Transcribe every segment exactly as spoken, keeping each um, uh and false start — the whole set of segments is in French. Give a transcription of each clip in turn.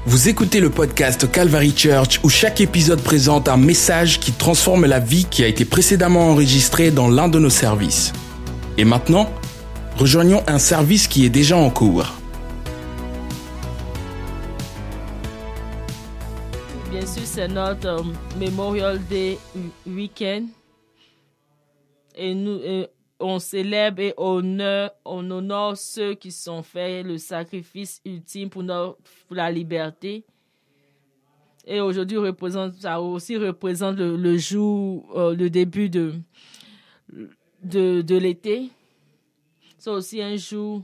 Vous écoutez le podcast Calvary Church où chaque épisode présente un message qui transforme la vie qui a été précédemment enregistrée dans l'un de nos services. Et maintenant, rejoignons un service qui est déjà en cours. Bien sûr, c'est notre euh, Memorial Day week-end. Et nous, et on célèbre et honore, on honore ceux qui sont fait le sacrifice ultime pour, notre, pour la liberté. Et aujourd'hui, représente, ça aussi représente le, le jour, euh, le début de, de, de l'été. C'est aussi un jour,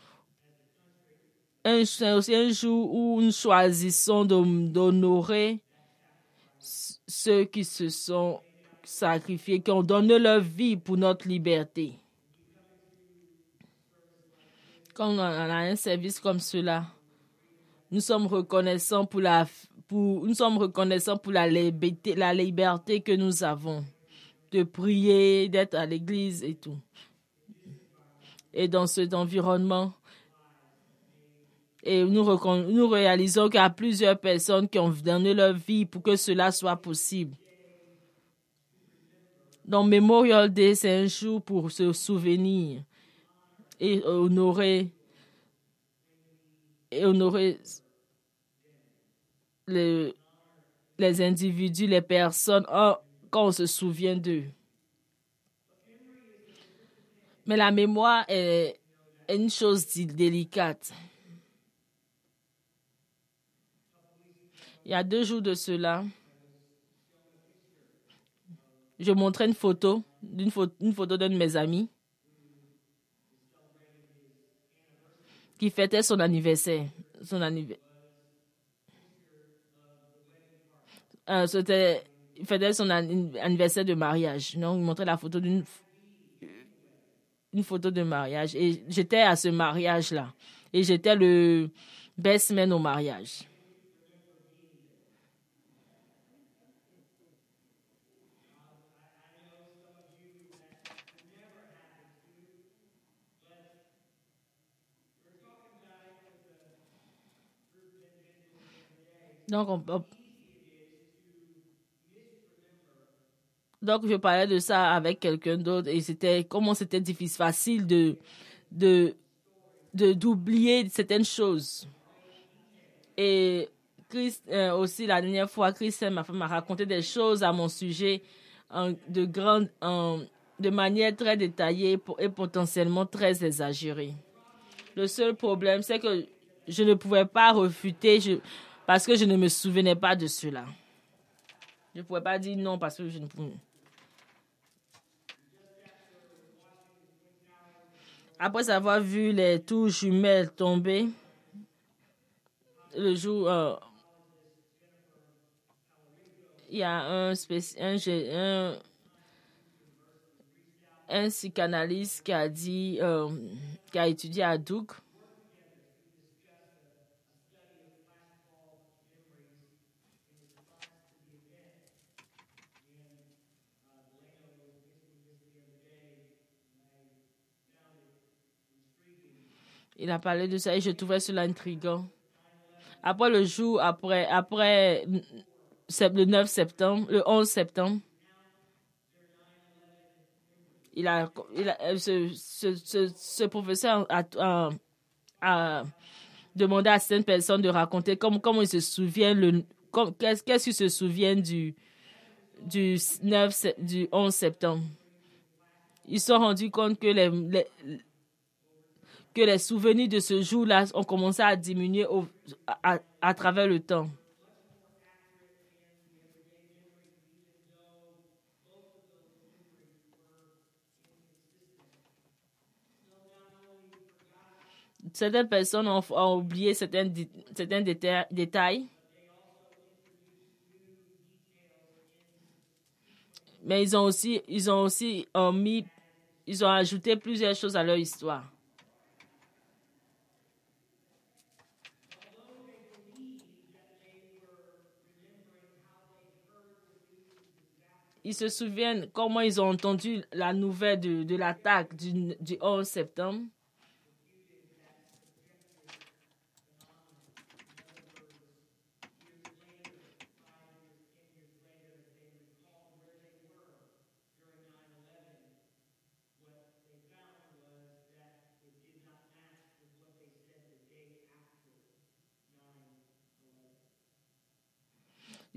un, c'est aussi un jour où nous choisissons d'honorer ceux qui se sont sacrifiés, qui ont donné leur vie pour notre liberté. Quand on a un service comme cela, nous sommes reconnaissants pour la, pour, nous sommes reconnaissants pour la liberté, la liberté que nous avons de prier, d'être à l'église et tout. Et dans cet environnement, et nous, nous réalisons qu'il y a plusieurs personnes qui ont donné leur vie pour que cela soit possible. Donc, Memorial Day, c'est un jour pour se souvenir et honorer, et honorer les, les individus, les personnes, oh, quand on se souvient d'eux. Mais la mémoire est, est une chose délicate. Il y a deux jours de cela, je montrais une photo, d'une photo, une photo d'un de mes amis qui fêtait son anniversaire. Son anniversaire. Euh, c'était, il fêtait son anniversaire de mariage. Donc, il montrait la photo d'une une photo de mariage. Et j'étais à ce mariage-là. Et j'étais le best man au mariage. Donc, on, on, donc, je parlais de ça avec quelqu'un d'autre et c'était comment c'était difficile, facile de, de, de, d'oublier certaines choses. Et Christ, euh, aussi, la dernière fois, Christian m'a, m'a raconté des choses à mon sujet en, de, grande, en, de manière très détaillée pour, et potentiellement très exagérée. Le seul problème, c'est que je ne pouvais pas refuter je, parce que je ne me souvenais pas de cela. Je ne pouvais pas dire non parce que je ne pouvais. Après avoir vu les tours jumelles tomber, le jour, euh, il y a un, spéci- un, un, un psychanalyste qui a dit, euh, qui a étudié à Duke. Il a parlé de ça et je trouvais cela intriguant. Après le jour, après, après le neuf septembre, le onze septembre, il a, il a, ce, ce, ce, ce professeur a, a, a demandé à certaines personnes de raconter comment, comment ils se souviennent, le, comme, qu'est-ce, qu'est-ce qu'ils se souviennent du, du, neuf, du onze septembre. Ils se sont rendus compte que les, les que les souvenirs de ce jour-là ont commencé à diminuer au, à, à travers le temps. Certaines personnes ont, ont oublié certains, certains déta- détails, mais ils ont aussi, ils ont aussi ont mis, ils ont ajouté plusieurs choses à leur histoire. Ils se souviennent comment ils ont entendu la nouvelle de, de l'attaque du, du onze septembre.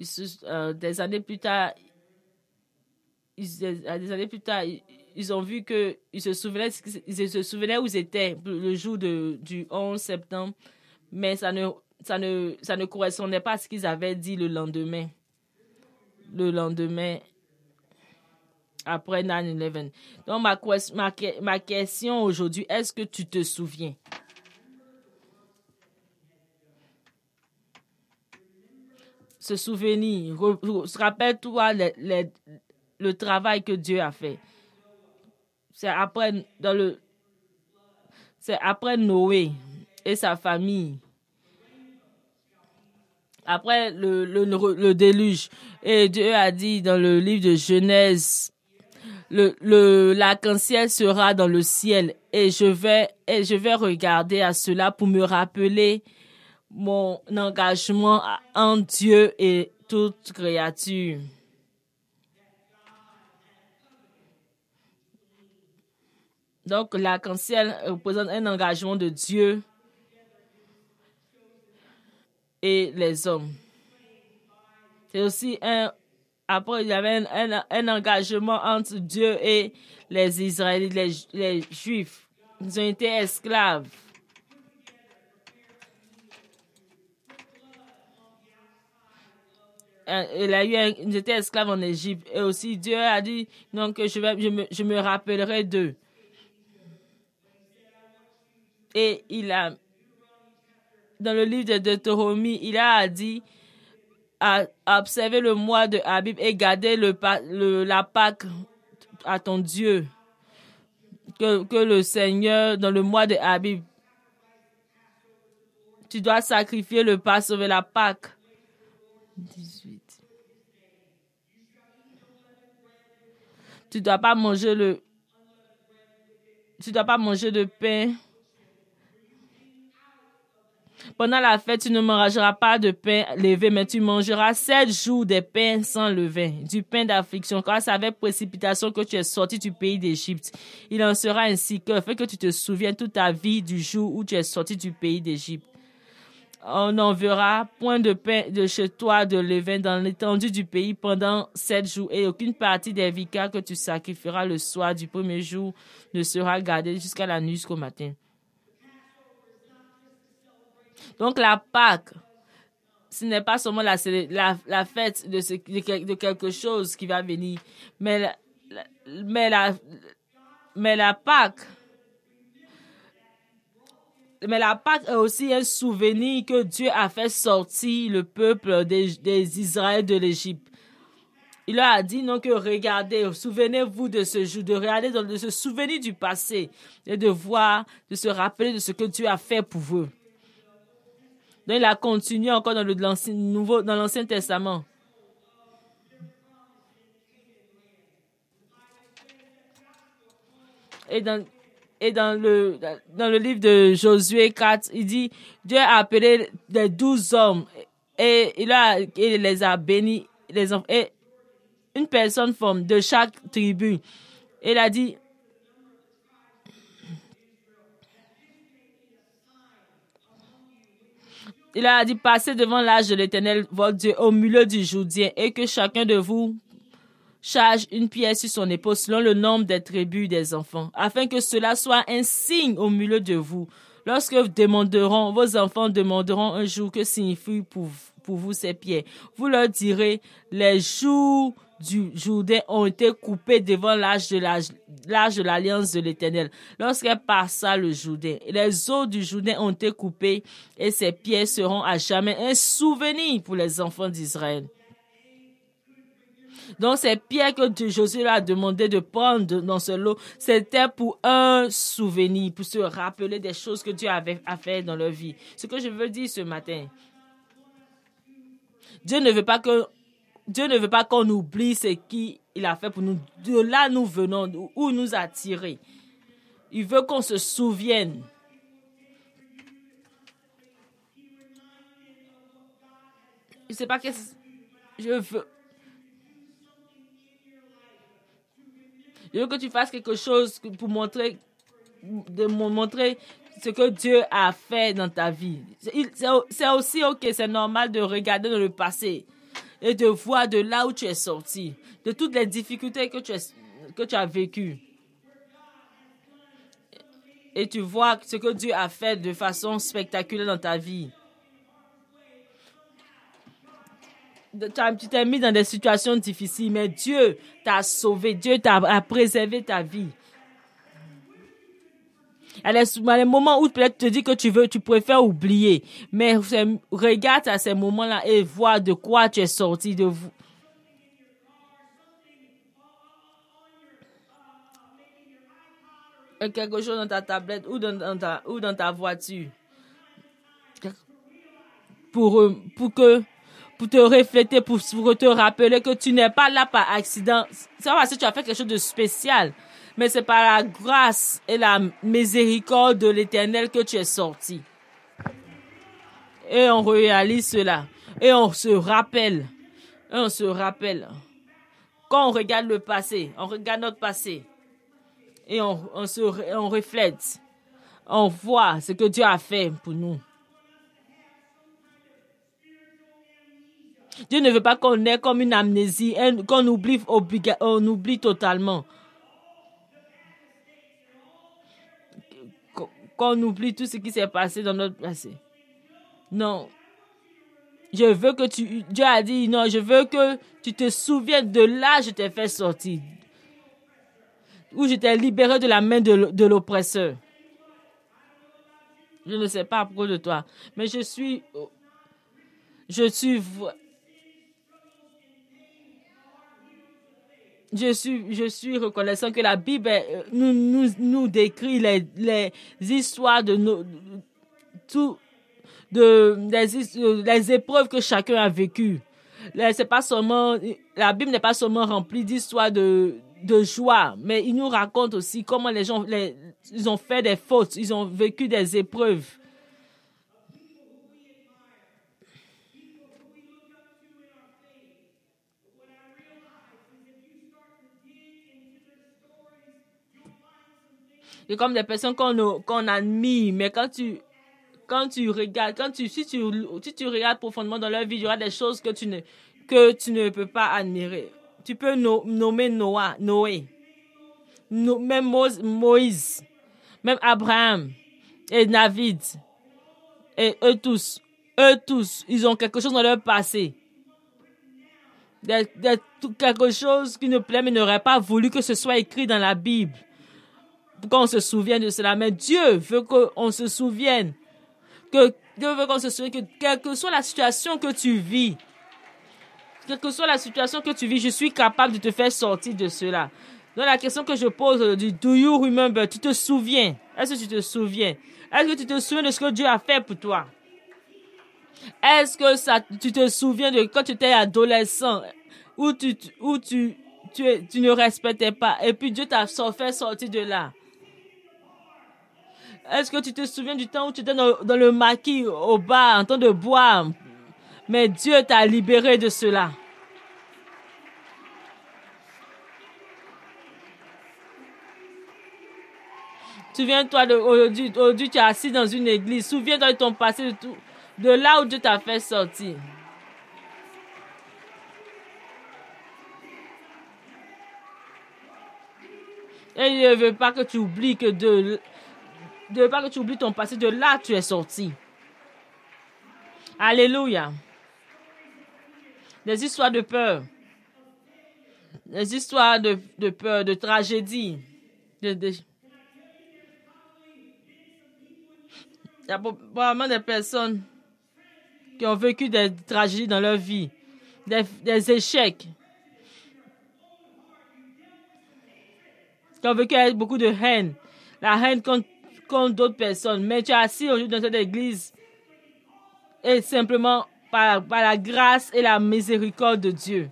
ils se- euh, des années plus tard, ils, des années plus tard, ils, ils ont vu que ils se souvenaient, ils se souvenaient où ils étaient le jour de, du onze septembre, mais ça ne, ça ne, ça ne correspondait pas à ce qu'ils avaient dit le lendemain. Le lendemain, après neuf onze. Donc, ma, ma, ma question aujourd'hui, est-ce que tu te souviens? Se souvenir, rappelle-toi les, les, le travail que Dieu a fait. C'est après, dans le, c'est après Noé et sa famille. Après le, le, le déluge. Et Dieu a dit dans le livre de Genèse, le, le, l'arc-en-ciel sera dans le ciel. Et je vais, et je vais regarder à cela pour me rappeler mon engagement en Dieu et toute créature. Donc, l'arc-en-ciel représente un engagement de Dieu et les hommes. C'est aussi un... Après, il y avait un, un, un engagement entre Dieu et les Israélites, les, les Juifs. Ils ont été esclaves. Il a eu un, ils étaient esclaves en Égypte. Et aussi, Dieu a dit donc, je, vais, je, me, je me rappellerai d'eux. Et il a, dans le livre de Deutéronomie, il a dit à, à observer le mois de Abib et garder le, le, la Pâque à ton Dieu. Que, que le Seigneur, dans le mois de Abib, tu dois sacrifier le Passover, la Pâque. dix-huit. Tu ne dois pas manger le... Tu ne dois pas manger de pain. Pendant la fête, tu ne mangeras pas de pain levé, mais tu mangeras sept jours des pains sans levain, du pain d'affliction, car c'est avec précipitation que tu es sorti du pays d'Égypte. Il en sera ainsi que fait que tu te souviens toute ta vie du jour où tu es sorti du pays d'Égypte. On n'enverra point de pain de chez toi de levain dans l'étendue du pays pendant sept jours, et aucune partie des vicars que tu sacrifieras le soir du premier jour ne sera gardée jusqu'à la nuit jusqu'au matin. Donc la Pâque, ce n'est pas seulement la, la, la fête de, ce, de, de quelque chose qui va venir, mais la, la, mais la, mais la Pâque, mais la Pâque est aussi un souvenir que Dieu a fait sortir le peuple des, des Israélites de l'Égypte. Il leur a dit non que regardez, souvenez-vous de ce jour, de regarder, de se souvenir du passé et de voir, de se rappeler de ce que Dieu a fait pour vous. Donc, il a continué encore dans le l'ancien, nouveau, dans l'Ancien Testament. Et dans, et dans le, dans le livre de Josué quatre, il dit, Dieu a appelé les douze hommes et il, a, il les a bénis, les enfants, et une personne forme de chaque tribu. Il a dit, il a dit, passez devant l'âge de l'Éternel, votre Dieu, au milieu du Jourdain, et que chacun de vous charge une pierre sur son épaule selon le nombre des tribus des enfants, afin que cela soit un signe au milieu de vous. Lorsque vous demanderont, vos enfants demanderont un jour que signifie pour, pour vous ces pierres. Vous leur direz, les jours du Jourdain ont été coupés devant l'âge de l'âge de l'alliance de l'Éternel. Lorsqu'elle passa le Jourdain, les eaux du Jourdain ont été coupées et ces pierres seront à jamais un souvenir pour les enfants d'Israël. Donc, ces pierres que Josué a demandé de prendre dans ce lot, c'était pour un souvenir, pour se rappeler des choses que Dieu avait à faire dans leur vie. Ce que je veux dire ce matin, Dieu ne veut pas que Dieu ne veut pas qu'on oublie ce qu'il a fait pour nous. De là, nous venons, où il nous a tirés. Il veut qu'on se souvienne. Je ne sais pas qu'est-ce que je veux. Je veux que tu fasses quelque chose pour montrer, de montrer ce que Dieu a fait dans ta vie. C'est aussi ok, c'est normal de regarder dans le passé. et de voir de là où tu es sorti, de toutes les difficultés que tu, es, que tu as vécues. Et tu vois ce que Dieu a fait de façon spectaculaire dans ta vie. Tu t'es mis dans des situations difficiles, mais Dieu t'a sauvé, Dieu t'a préservé ta vie. Il y a des moments où peut-être tu te dis que tu veux, tu préfères oublier, mais regarde à ces moments-là et vois de quoi tu es sorti de vous. Quelque chose dans ta tablette ou dans, dans, ta, ou dans ta voiture. Pour, pour, que, pour te refléter, pour, pour te rappeler que tu n'es pas là par accident. C'est pas parce que tu as fait quelque chose de spécial, mais c'est par la grâce et la miséricorde de l'Éternel que tu es sorti. Et on réalise cela. Et on se rappelle. Et on se rappelle. Quand on regarde le passé, on regarde notre passé. Et on, on, se, on reflète. On voit ce que Dieu a fait pour nous. Dieu ne veut pas qu'on ait comme une amnésie, qu'on oublie, obliga, on oublie totalement. Qu'on oublie tout ce qui s'est passé dans notre passé. Non. Je veux que tu... Dieu a dit, non, je veux que tu te souviennes de là où je t'ai fait sortir. Où je t'ai libéré de la main de, de l'oppresseur. Je ne sais pas à propos de toi, mais je suis... Je suis... Je suis, je suis reconnaissant que la Bible nous, nous, nous décrit les, les histoires de nos... Tout, de, des, des épreuves que chacun a vécues. C'est pas seulement... La Bible n'est pas seulement remplie d'histoires de... de joie, mais il nous raconte aussi comment les gens, les, ils ont fait des fautes, ils ont vécu des épreuves. C'est comme des personnes qu'on qu'on admire, mais quand tu quand tu regardes, quand tu si tu si tu regardes profondément dans leur vie, il y aura des choses que tu ne que tu ne peux pas admirer. Tu peux no, nommer Noah, Noé, no, même Moïse, même Abraham et David, et eux tous, eux tous, ils ont quelque chose dans leur passé. Des, des, quelque chose qui ne plaît, mais n'aurait pas voulu que ce soit écrit dans la Bible. Pour qu'on se souvienne de cela. Mais Dieu veut qu'on se souvienne. Que Dieu veut qu'on se souvienne que quelle que soit la situation que tu vis, quelle que soit la situation que tu vis, je suis capable de te faire sortir de cela. Donc la question que je pose aujourd'hui, do you remember? Tu te souviens? Est-ce que tu te souviens? Est-ce que tu te souviens de ce que Dieu a fait pour toi? Est-ce que ça, tu te souviens de quand tu étais adolescent, où tu, où tu, tu, tu ne respectais pas, et puis Dieu t'a fait sortir de là? Est-ce que tu te souviens du temps où tu étais dans, dans le maquis, au bar, en train de boire, mais Dieu t'a libéré de cela? Souviens-toi aujourd'hui, aujourd'hui tu es assis dans une église. Souviens-toi de ton passé, de, tout, de là où Dieu t'a fait sortir. Et il ne veut pas que tu oublies que de, il ne veut pas que tu oublies ton passé, de là tu es sorti. Alléluia. Des histoires de peur. Des histoires de, de peur, de tragédie. De, de... Il y a probablement des personnes qui ont vécu des tragédies dans leur vie, des, des échecs, qui ont vécu avec beaucoup de haine, la haine contre, contre d'autres personnes. Mais tu es assis aujourd'hui dans cette église et simplement par, par la grâce et la miséricorde de Dieu.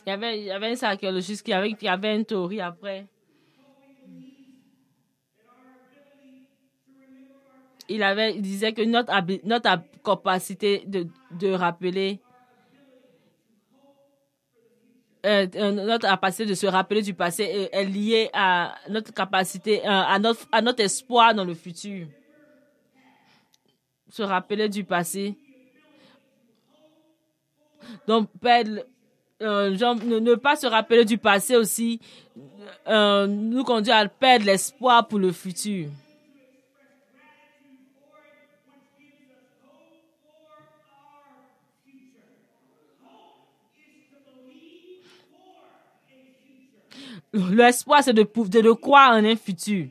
Il y avait, il y avait un archéologiste qui avait, qui avait une théorie après. Il, avait, il disait que notre, notre capacité de, de rappeler, euh, notre capacité de se rappeler du passé est, est liée à notre capacité, euh, à, notre, à notre espoir dans le futur. Se rappeler du passé. Donc, perdre, euh, genre, ne, ne pas se rappeler du passé aussi euh, nous conduit à perdre l'espoir pour le futur. L'espoir, c'est de, de, de croire en un futur.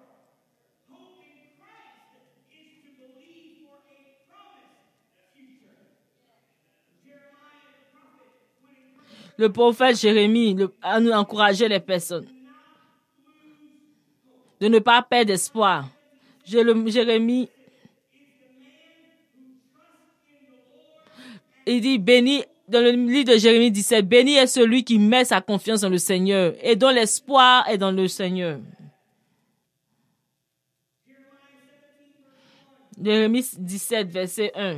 Le prophète Jérémie le, a nous encouragé les personnes de ne pas perdre d'espoir. Jérémie, il dit, béni, dans le livre de Jérémie dix-sept, béni est celui qui met sa confiance dans le Seigneur et dont l'espoir est dans le Seigneur. Jérémie dix-sept, verset un.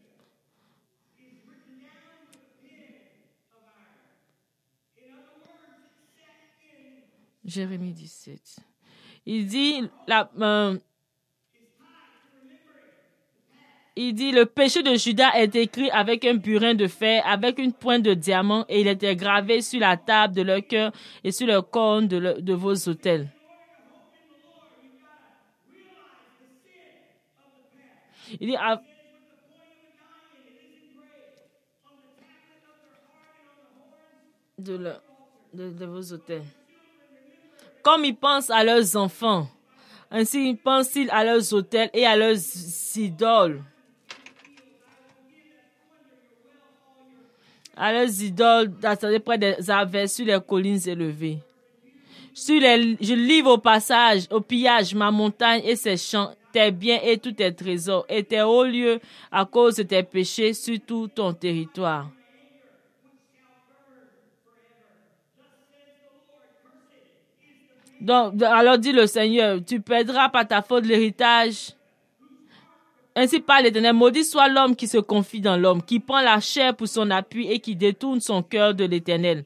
Jérémie dix-sept. Il dit, la, euh, il dit, le péché de Judas est écrit avec un burin de fer, avec une pointe de diamant, et il était gravé sur la table de leur cœur et sur le corne de, le, de vos autels. Il dit, ah, de, le, de, de vos autels. Comme ils pensent à leurs enfants, ainsi pensent-ils à leurs autels et à leurs idoles. À leurs idoles d'attendre près des arbres sur les collines élevées. Sur les, je livre au passage, au pillage, ma montagne et ses champs, tes biens et tous tes trésors, et tes hauts lieux à cause de tes péchés sur tout ton territoire. Donc, alors dit le Seigneur, tu perdras par ta faute l'héritage. Ainsi parle l'Éternel, maudit soit l'homme qui se confie dans l'homme, qui prend la chair pour son appui et qui détourne son cœur de l'Éternel.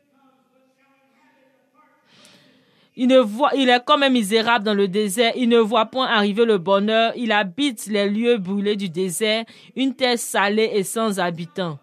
Il ne voit, il est comme un misérable dans le désert, il ne voit point arriver le bonheur, il habite les lieux brûlés du désert, une terre salée et sans habitants.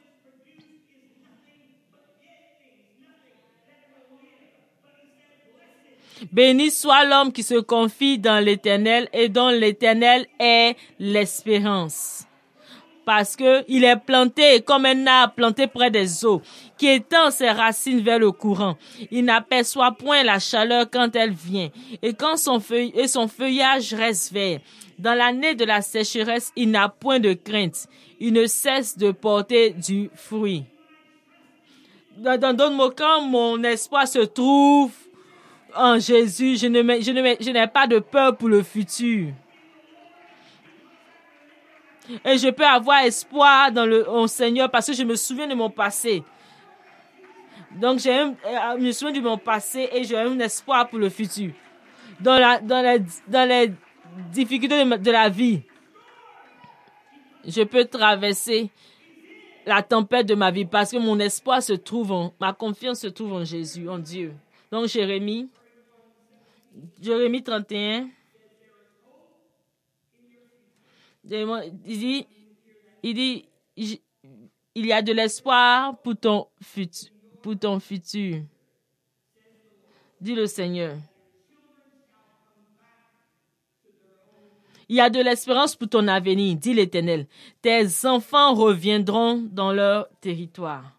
Béni soit l'homme qui se confie dans l'Éternel et dont l'Éternel est l'espérance. Parce que il est planté comme un arbre planté près des eaux, qui étend ses racines vers le courant. Il n'aperçoit point la chaleur quand elle vient, et quand son feuille, et son feuillage reste vert. Dans l'année de la sécheresse, il n'a point de crainte. Il ne cesse de porter du fruit. Dans d'autres mots, quand mon espoir se trouve en Jésus, je ne, je ne, je n'ai pas de peur pour le futur. Et je peux avoir espoir dans le au Seigneur parce que je me souviens de mon passé. Donc, j'ai un, je me souviens de mon passé et j'ai un espoir pour le futur. Dans, la, dans, les, dans les difficultés de, de la vie, je peux traverser la tempête de ma vie parce que mon espoir se trouve en, ma confiance se trouve en Jésus, en Dieu. Donc, Jérémie, Jérémie trente et un, il dit, il dit, il y a de l'espoir pour ton futur, pour ton futur. Dit le Seigneur. Il y a de l'espérance pour ton avenir, dit l'Éternel. Tes enfants reviendront dans leur territoire.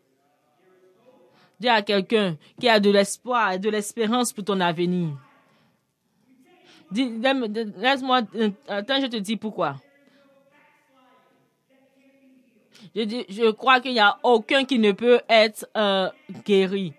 Dis à quelqu'un qui a de l'espoir et de l'espérance pour ton avenir. Dis, laisse-moi, attends, je te dis pourquoi. Je, dis, je crois qu'il n'y a aucun qui ne peut être euh, guéri.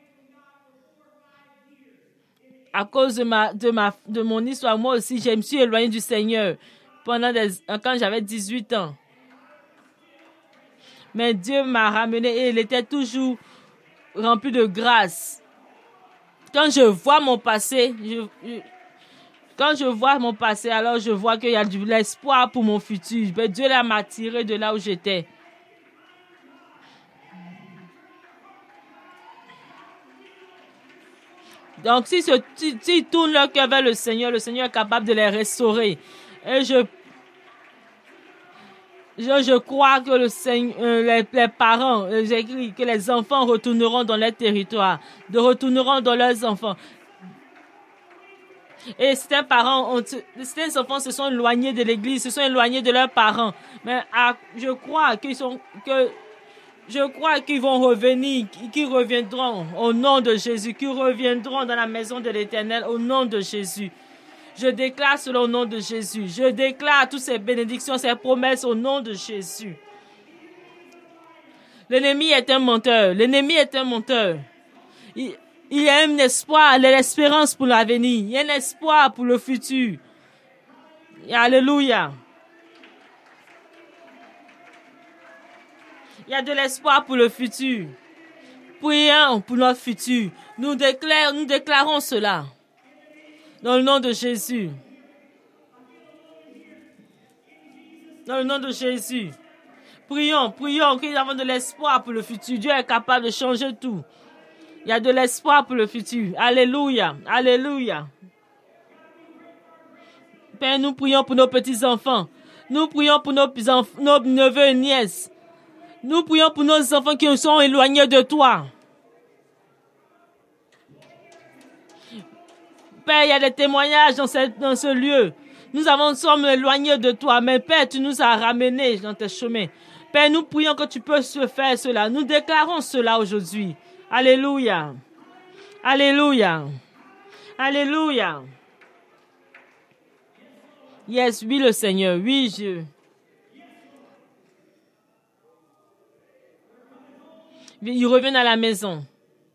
À cause de, ma, de, ma, de mon histoire, moi aussi, je me suis éloigné du Seigneur pendant des, quand j'avais dix-huit ans. Mais Dieu m'a ramené et il était toujours rempli de grâce. Quand je vois mon passé, je, je, quand je vois mon passé, alors je vois qu'il y a de l'espoir pour mon futur. Ben, Dieu m'a tiré de là où j'étais. Donc, si s'ils si, si tournent leur cœur vers le Seigneur, le Seigneur est capable de les restaurer. Et je, je, je crois que le Seigneur, euh, les, les parents, euh, j'écris que les enfants retourneront dans leur territoire, de retourneront dans leurs enfants. Et certains parents, ont, certains enfants se sont éloignés de l'église, se sont éloignés de leurs parents. Mais à, je crois qu'ils sont, que Je crois qu'ils vont revenir, qu'ils reviendront au nom de Jésus, qu'ils reviendront dans la maison de l'Éternel au nom de Jésus. Je déclare cela au nom de Jésus. Je déclare toutes ces bénédictions, ces promesses au nom de Jésus. L'ennemi est un menteur. L'ennemi est un menteur. Il, il y a un espoir, l'espérance pour l'avenir. Il y a un espoir pour le futur. Alléluia. Il y a de l'espoir pour le futur. Prions pour notre futur. Nous déclarons, nous déclarons cela. Dans le nom de Jésus. Dans le nom de Jésus. Prions, prions que nous avons de l'espoir pour le futur. Dieu est capable de changer tout. Il y a de l'espoir pour le futur. Alléluia. Alléluia. Père, nous prions pour nos petits-enfants. Nous prions pour nos, nos neveux et nièces. Nous prions pour nos enfants qui sont éloignés de toi. Père, il y a des témoignages dans, cette, dans ce lieu. Nous avons, sommes éloignés de toi, mais Père, tu nous as ramenés dans tes chemins. Père, nous prions que tu peux se faire cela. Nous déclarons cela aujourd'hui. Alléluia. Alléluia. Alléluia. Yes, oui le Seigneur, oui Dieu. Ils reviennent à la maison.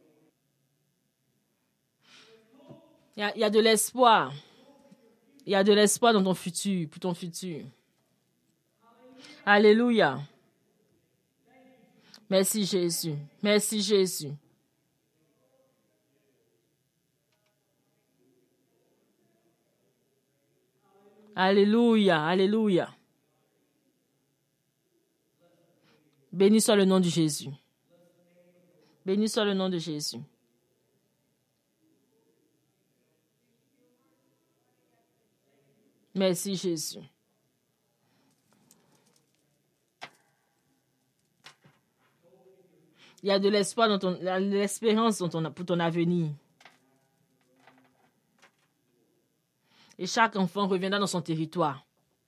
Il y a, il y a de l'espoir. Il y a de l'espoir dans ton futur, pour ton futur. Alléluia. Merci Jésus. Merci Jésus. Alléluia. Alléluia. Béni soit le nom de Jésus. Béni soit le nom de Jésus. Merci Jésus. Il y a de l'espoir dans ton, de l'espérance dans ton, pour ton avenir. Et chaque enfant reviendra dans son territoire.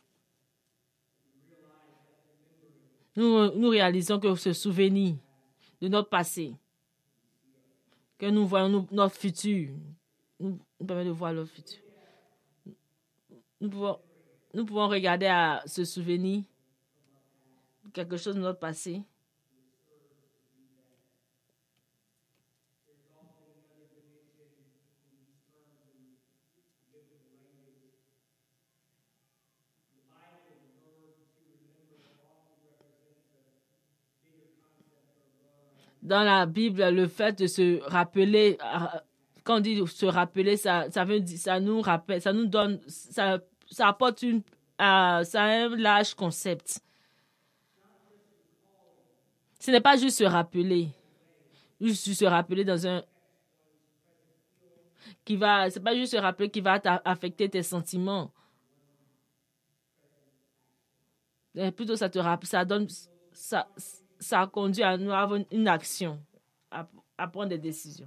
Nous, nous réalisons que ce souvenir de notre passé, que nous voyons nous, notre futur, nous, nous permet de voir notre futur. Nous pouvons, nous pouvons regarder à ce souvenir, quelque chose de notre passé. Dans la Bible, le fait de se rappeler, quand on dit se rappeler, ça, ça veut dire, ça nous rappelle, ça nous donne, ça, ça apporte une, euh, ça a un large concept. Ce n'est pas juste se rappeler, juste se rappeler dans un, qui va, c'est pas juste se rappeler qui va affecter tes sentiments. Et plutôt ça te rappelle, ça donne, ça, ça conduit à nous avoir une action, à, à prendre des décisions.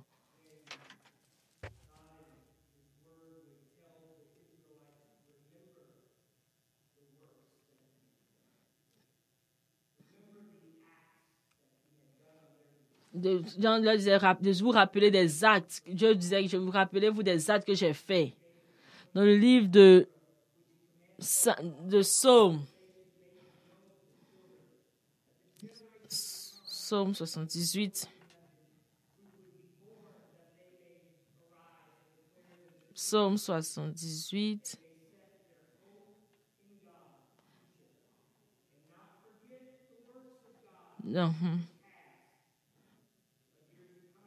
De, Jean disait, de vous rappeler des actes. Dieu disait que je vous rappelais vous des actes que j'ai faits. Dans le livre de, de Psaume, Psaume soixante-dix-huit. Psaume soixante-dix-huit. Non.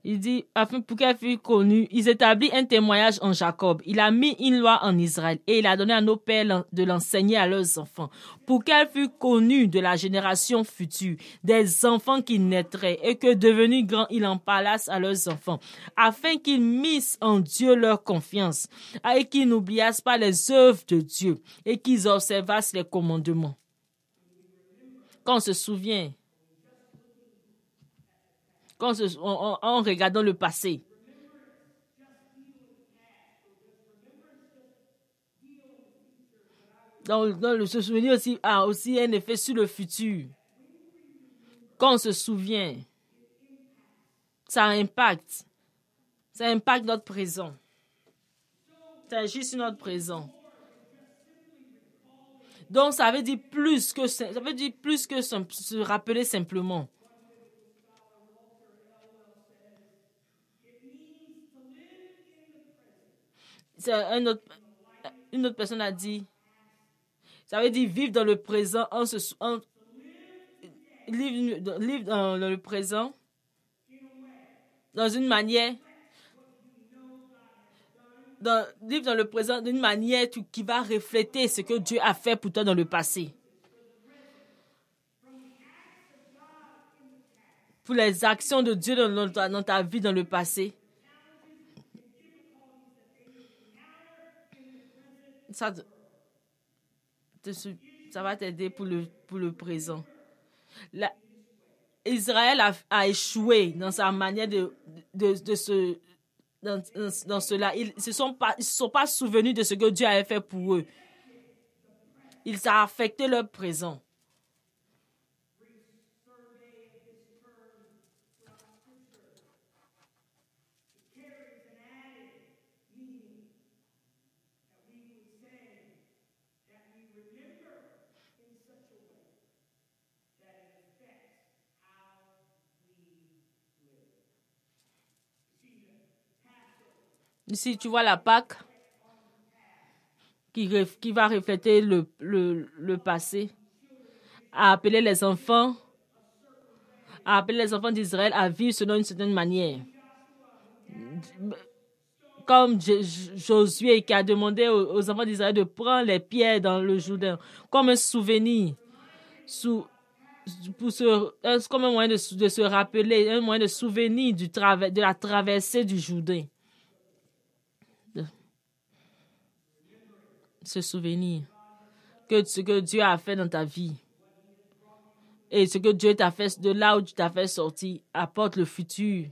Il dit, afin pour qu'elle fût connue, il établit un témoignage en Jacob. Il a mis une loi en Israël et il a donné à nos pères de l'enseigner à leurs enfants. Pour qu'elle fût connue de la génération future, des enfants qui naîtraient et que devenus grands, il en parlasse à leurs enfants. Afin qu'ils missent en Dieu leur confiance et qu'ils n'oubliassent pas les œuvres de Dieu et qu'ils observassent les commandements. Quand on se souvient, Quand se, en, en, en regardant le passé. Donc, donc, se souvenir aussi a aussi un effet sur le futur. Quand on se souvient, ça impacte. Ça impacte notre présent. Ça agit sur notre présent. Donc, ça veut dire plus que ça veut dire plus que se rappeler simplement. Un autre, une autre personne a dit, ça veut dire vivre dans le présent, en se, en, vivre, vivre dans le présent dans une manière, dans, vivre dans le présent d'une manière qui va refléter ce que Dieu a fait pour toi dans le passé. Pour les actions de Dieu dans, dans, ta, dans ta vie dans le passé. Ça, te, ça va t'aider pour le, pour le présent. La, Israël a, a échoué dans sa manière de, de, de, de se... Dans, dans, dans cela. Ils ne se sont pas, ils se sont pas souvenus de ce que Dieu avait fait pour eux. Il ça a affecté leur présent. Ici, tu vois la Pâque qui, qui va refléter le, le, le passé, à appeler les enfants, à appeler les enfants d'Israël à vivre selon une certaine manière. Comme Josué qui a demandé aux, aux enfants d'Israël de prendre les pierres dans le Jourdain, comme un souvenir, sous, pour se, comme un moyen de, de se rappeler, un moyen de souvenir du travers, de la traversée du Jourdain. Se souvenir que ce que Dieu a fait dans ta vie et ce que Dieu t'a fait de là où tu t'as fait sortir apporte le futur.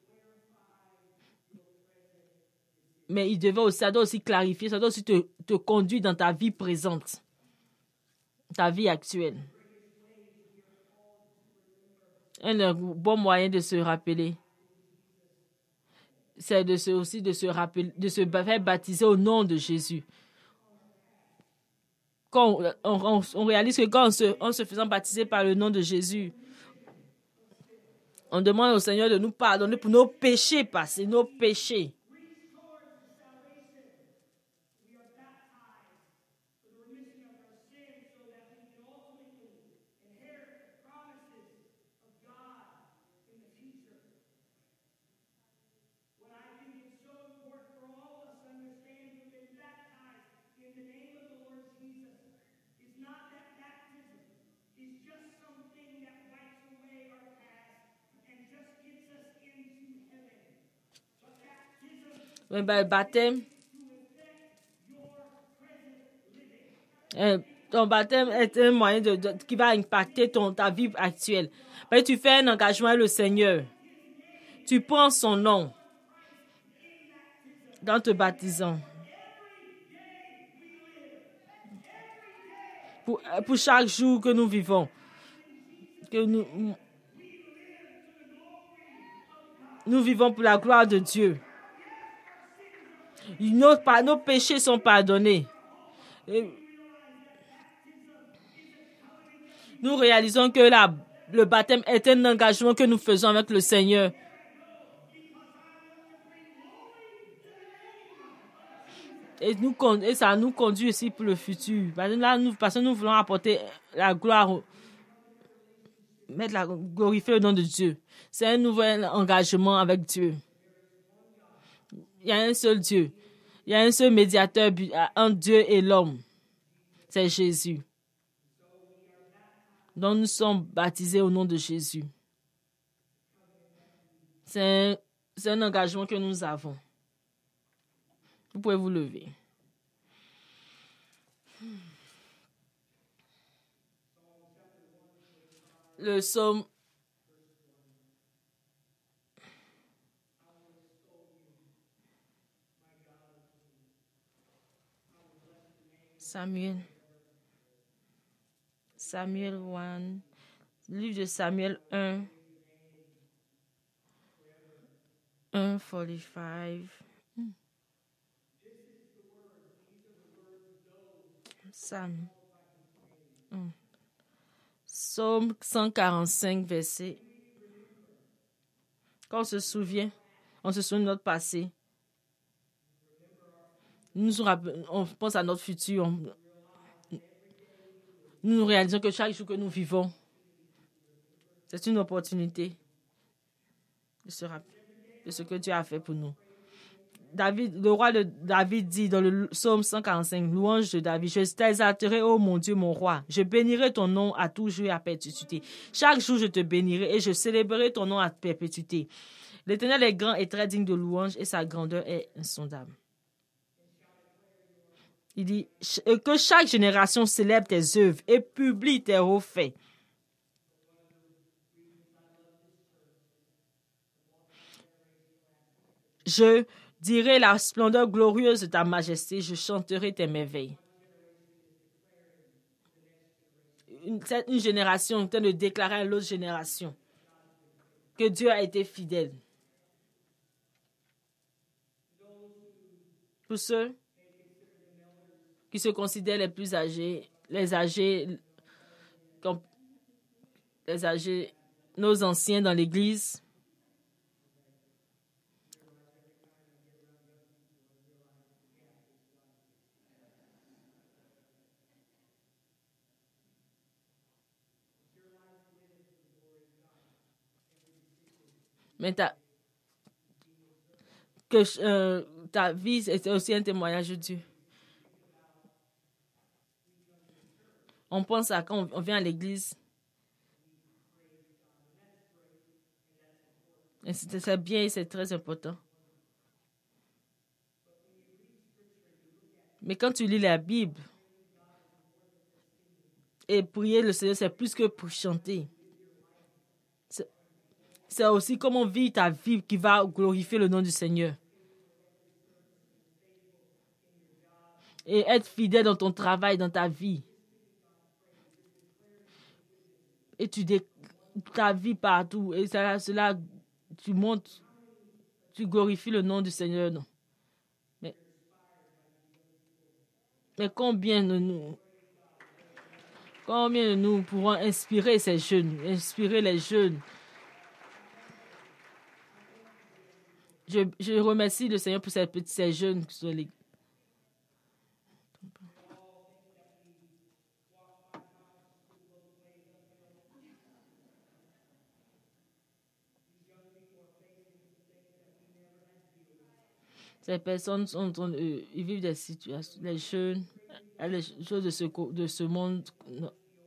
Mais il devait aussi, ça doit aussi clarifier, ça doit aussi te, te conduire dans ta vie présente, ta vie actuelle. Un bon moyen de se rappeler, c'est de se, aussi de se rappeler, de se faire baptiser au nom de Jésus. Quand on, on, on réalise que quand on se, on se faisant baptiser par le nom de Jésus, on demande au Seigneur de nous pardonner pour nos péchés passés, nos péchés. Le baptême, ton baptême est un moyen de, de, qui va impacter ton, ta vie actuelle. Mais tu fais un engagement avec le Seigneur. Tu prends son nom dans te baptisant. Pour, pour chaque jour que nous vivons. Que nous, nous vivons pour la gloire de Dieu. Nos, nos péchés sont pardonnés. Et nous réalisons que la, le baptême est un engagement que nous faisons avec le Seigneur. Et, nous, et ça nous conduit aussi pour le futur. Parce que, là, nous, parce que nous voulons apporter la gloire mettre la, glorifier le nom de Dieu. C'est un nouvel engagement avec Dieu. Il y a un seul Dieu. Il y a un seul médiateur entre Dieu et l'homme. C'est Jésus. Donc nous sommes baptisés au nom de Jésus. C'est un, c'est un engagement que nous avons. Vous pouvez vous lever. Le psaume Samuel. Samuel un. Livre de Samuel un. un, quarante-cinq. Hmm. Sam. Hmm. Psaume cent quarante-cinq, verset. Quand on se souvient, on se souvient de notre passé. Nous nous rappelons, on pense à notre futur. On, nous nous réalisons que chaque jour que nous vivons, c'est une opportunité de se rappeler de ce que Dieu a fait pour nous. David, le roi de David dit dans le psaume cent quarante-cinq, louange de David, je t'exalterai, ô mon Dieu, mon roi. Je bénirai ton nom à toujours et à perpétuité. Chaque jour, je te bénirai et je célébrerai ton nom à perpétuité. L'Éternel est grand et très digne de louange et sa grandeur est insondable. Il dit que chaque génération célèbre tes œuvres et publie tes hauts faits. Je dirai la splendeur glorieuse de ta majesté, je chanterai tes merveilles. Une, une génération est en train de déclarer à l'autre génération que Dieu a été fidèle. Pour ceux qui se considèrent les plus âgés, les âgés, comme les âgés, nos anciens dans l'Église, mais ta, que euh, ta vie est aussi un témoignage de Dieu. On pense à quand on vient à l'église. Et c'est bien et c'est très important. Mais quand tu lis la Bible, et prier le Seigneur, c'est plus que pour chanter. C'est, c'est aussi comment vivre ta vie qui va glorifier le nom du Seigneur. Et être fidèle dans ton travail, dans ta vie. Et tu dé, ta vie partout. Et cela, cela, tu montes, tu glorifies le nom du Seigneur. Non? Mais, mais combien de nous, combien de nous pouvons inspirer ces jeunes, inspirer les jeunes. Je, je remercie le Seigneur pour ces petits, ces jeunes qui sont les. Ces personnes sont, sont, euh, ils vivent des situations, les jeunes, les choses de ce, de ce monde. Non.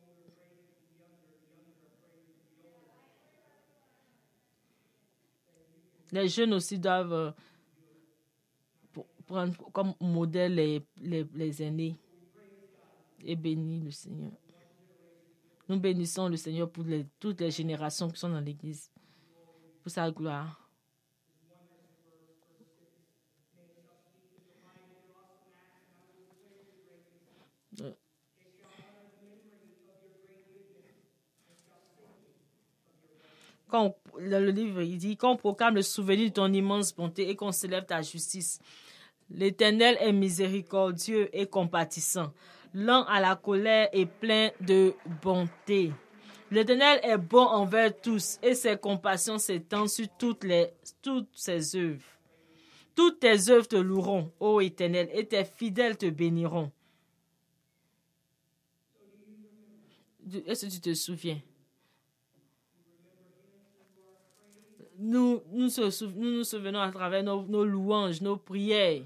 Les jeunes aussi doivent euh, prendre comme modèle les, les, les aînés et bénir le Seigneur. Nous bénissons le Seigneur pour les, toutes les générations qui sont dans l'Église, pour sa gloire. Quand on, le livre, il dit, qu'on proclame le souvenir de ton immense bonté et qu'on célèbre ta justice. L'Éternel est miséricordieux et compatissant, lent à la colère et plein de bonté. L'Éternel est bon envers tous et ses compassions s'étendent sur toutes, les, toutes ses œuvres. Toutes tes œuvres te loueront, ô Éternel, et tes fidèles te béniront. Est-ce que tu te souviens? nous nous, nous, nous souvenons à travers nos, nos louanges, nos prières.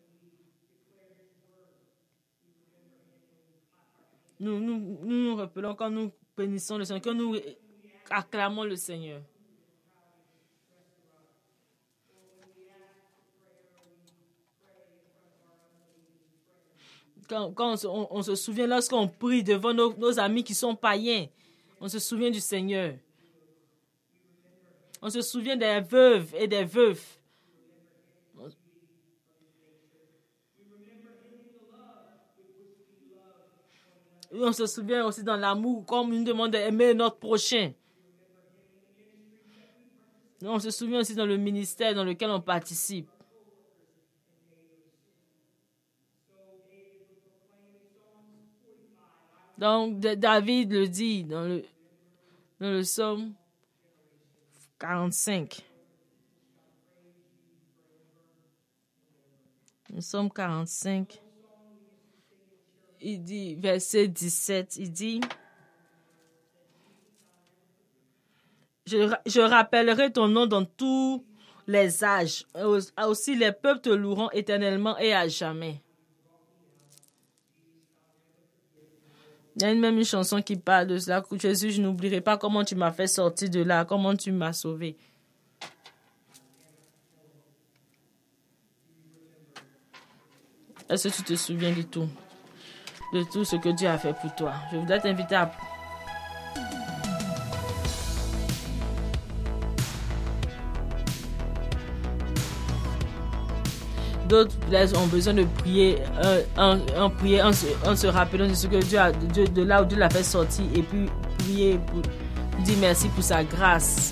Nous nous, nous nous rappelons quand nous bénissons le Seigneur, quand nous acclamons le Seigneur. Quand, quand on, se, on, on se souvient, lorsqu'on prie devant nos, nos amis qui sont païens, on se souvient du Seigneur. On se souvient des veuves et des veufs. Et on se souvient aussi dans l'amour, comme une demande d'aimer notre prochain. On se souvient aussi dans le ministère dans lequel on participe. Donc, David le dit dans le, dans le psaume quarante-cinq. Le psaume quarante-cinq, il dit, verset dix-sept, il dit, je, je rappellerai ton nom dans tous les âges. Aussi, les peuples te loueront éternellement et à jamais. Il y a même une chanson qui parle de cela. Jésus, je n'oublierai pas comment tu m'as fait sortir de là, comment tu m'as sauvé. Est-ce que tu te souviens de tout? De tout ce que Dieu a fait pour toi? Je voudrais t'inviter à... D'autres ont besoin de prier, en, en, prier en, se, en se rappelant de ce que Dieu a, de, de là où Dieu l'a fait sortir, et puis prier pour dire merci pour sa grâce.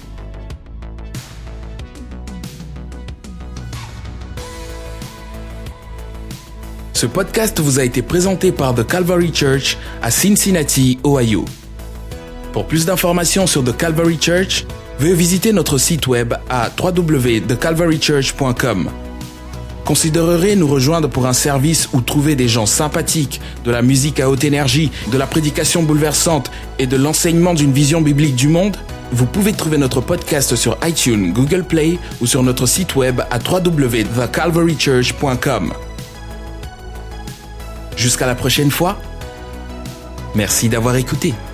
Ce podcast vous a été présenté par The Calvary Church à Cincinnati, Ohio. Pour plus d'informations sur The Calvary Church, veuillez visiter notre site web à w w w point the calvary church point com. Considérerez nous rejoindre pour un service où trouver des gens sympathiques, de la musique à haute énergie, de la prédication bouleversante et de l'enseignement d'une vision biblique du monde? Vous pouvez trouver notre podcast sur iTunes, Google Play ou sur notre site web à w w w point the calvary church point com. Jusqu'à la prochaine fois. Merci d'avoir écouté.